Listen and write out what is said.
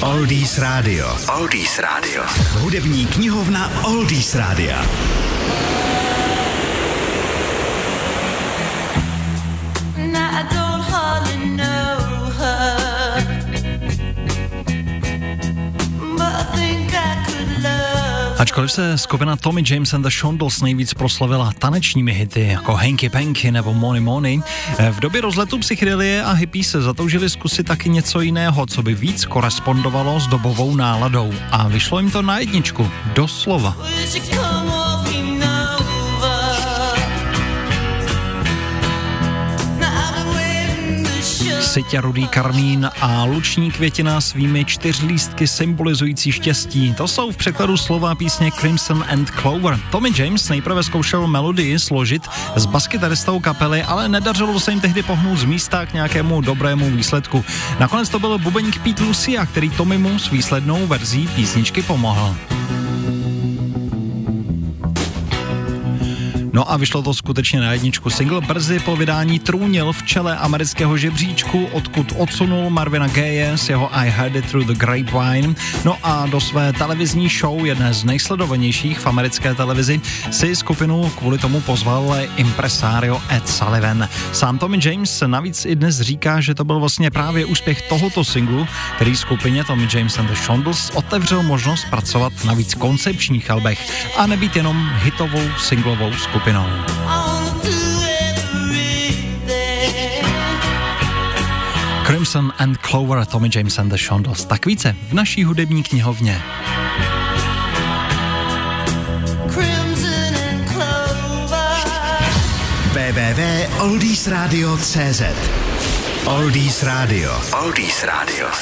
Oldies Radio. Oldies Radio. Hudební knihovna Oldies Rádia. Ačkoliv se skupina Tommy James and the Shondells nejvíc proslavila tanečními hity jako Hanky Panky nebo Money Money, v době rozletu psychedelie a hippies se zatoužili zkusit taky něco jiného, co by víc korespondovalo s dobovou náladou. A vyšlo jim to na jedničku, doslova. Sytě rudý karmín a luční květina svými 4 lístky symbolizující štěstí. To jsou v překladu slova písně Crimson and Clover. Tommy James nejprve zkoušel melodii složit s baskytaristou kapely, ale nedařilo se jim tehdy pohnout z místa k nějakému dobrému výsledku. Nakonec to byl bubeník Pete Lucia, který Tommymu s výslednou verzí písničky pomohl. No a vyšlo to skutečně na jedničku. Single brzy po vydání trůnil v čele amerického žebříčku, odkud odsunul Marvina Gaye s jeho I Heard It Through the Grapevine. No a do své televizní show, jedné z nejsledovanějších v americké televizi, si skupinu kvůli tomu pozval impresario Ed Sullivan. Sám Tommy James navíc i dnes říká, že to byl vlastně právě úspěch tohoto singlu, který skupině Tommy James and the Shondells otevřel možnost pracovat na víc koncepčních albech a nebýt jenom hitovou singlovou skupinou. Crimson and Clover, Tommy James and the Shondells. Tak více v naší hudební knihovně. www.oldiesradio.cz Oldies Radio. Oldies Radio.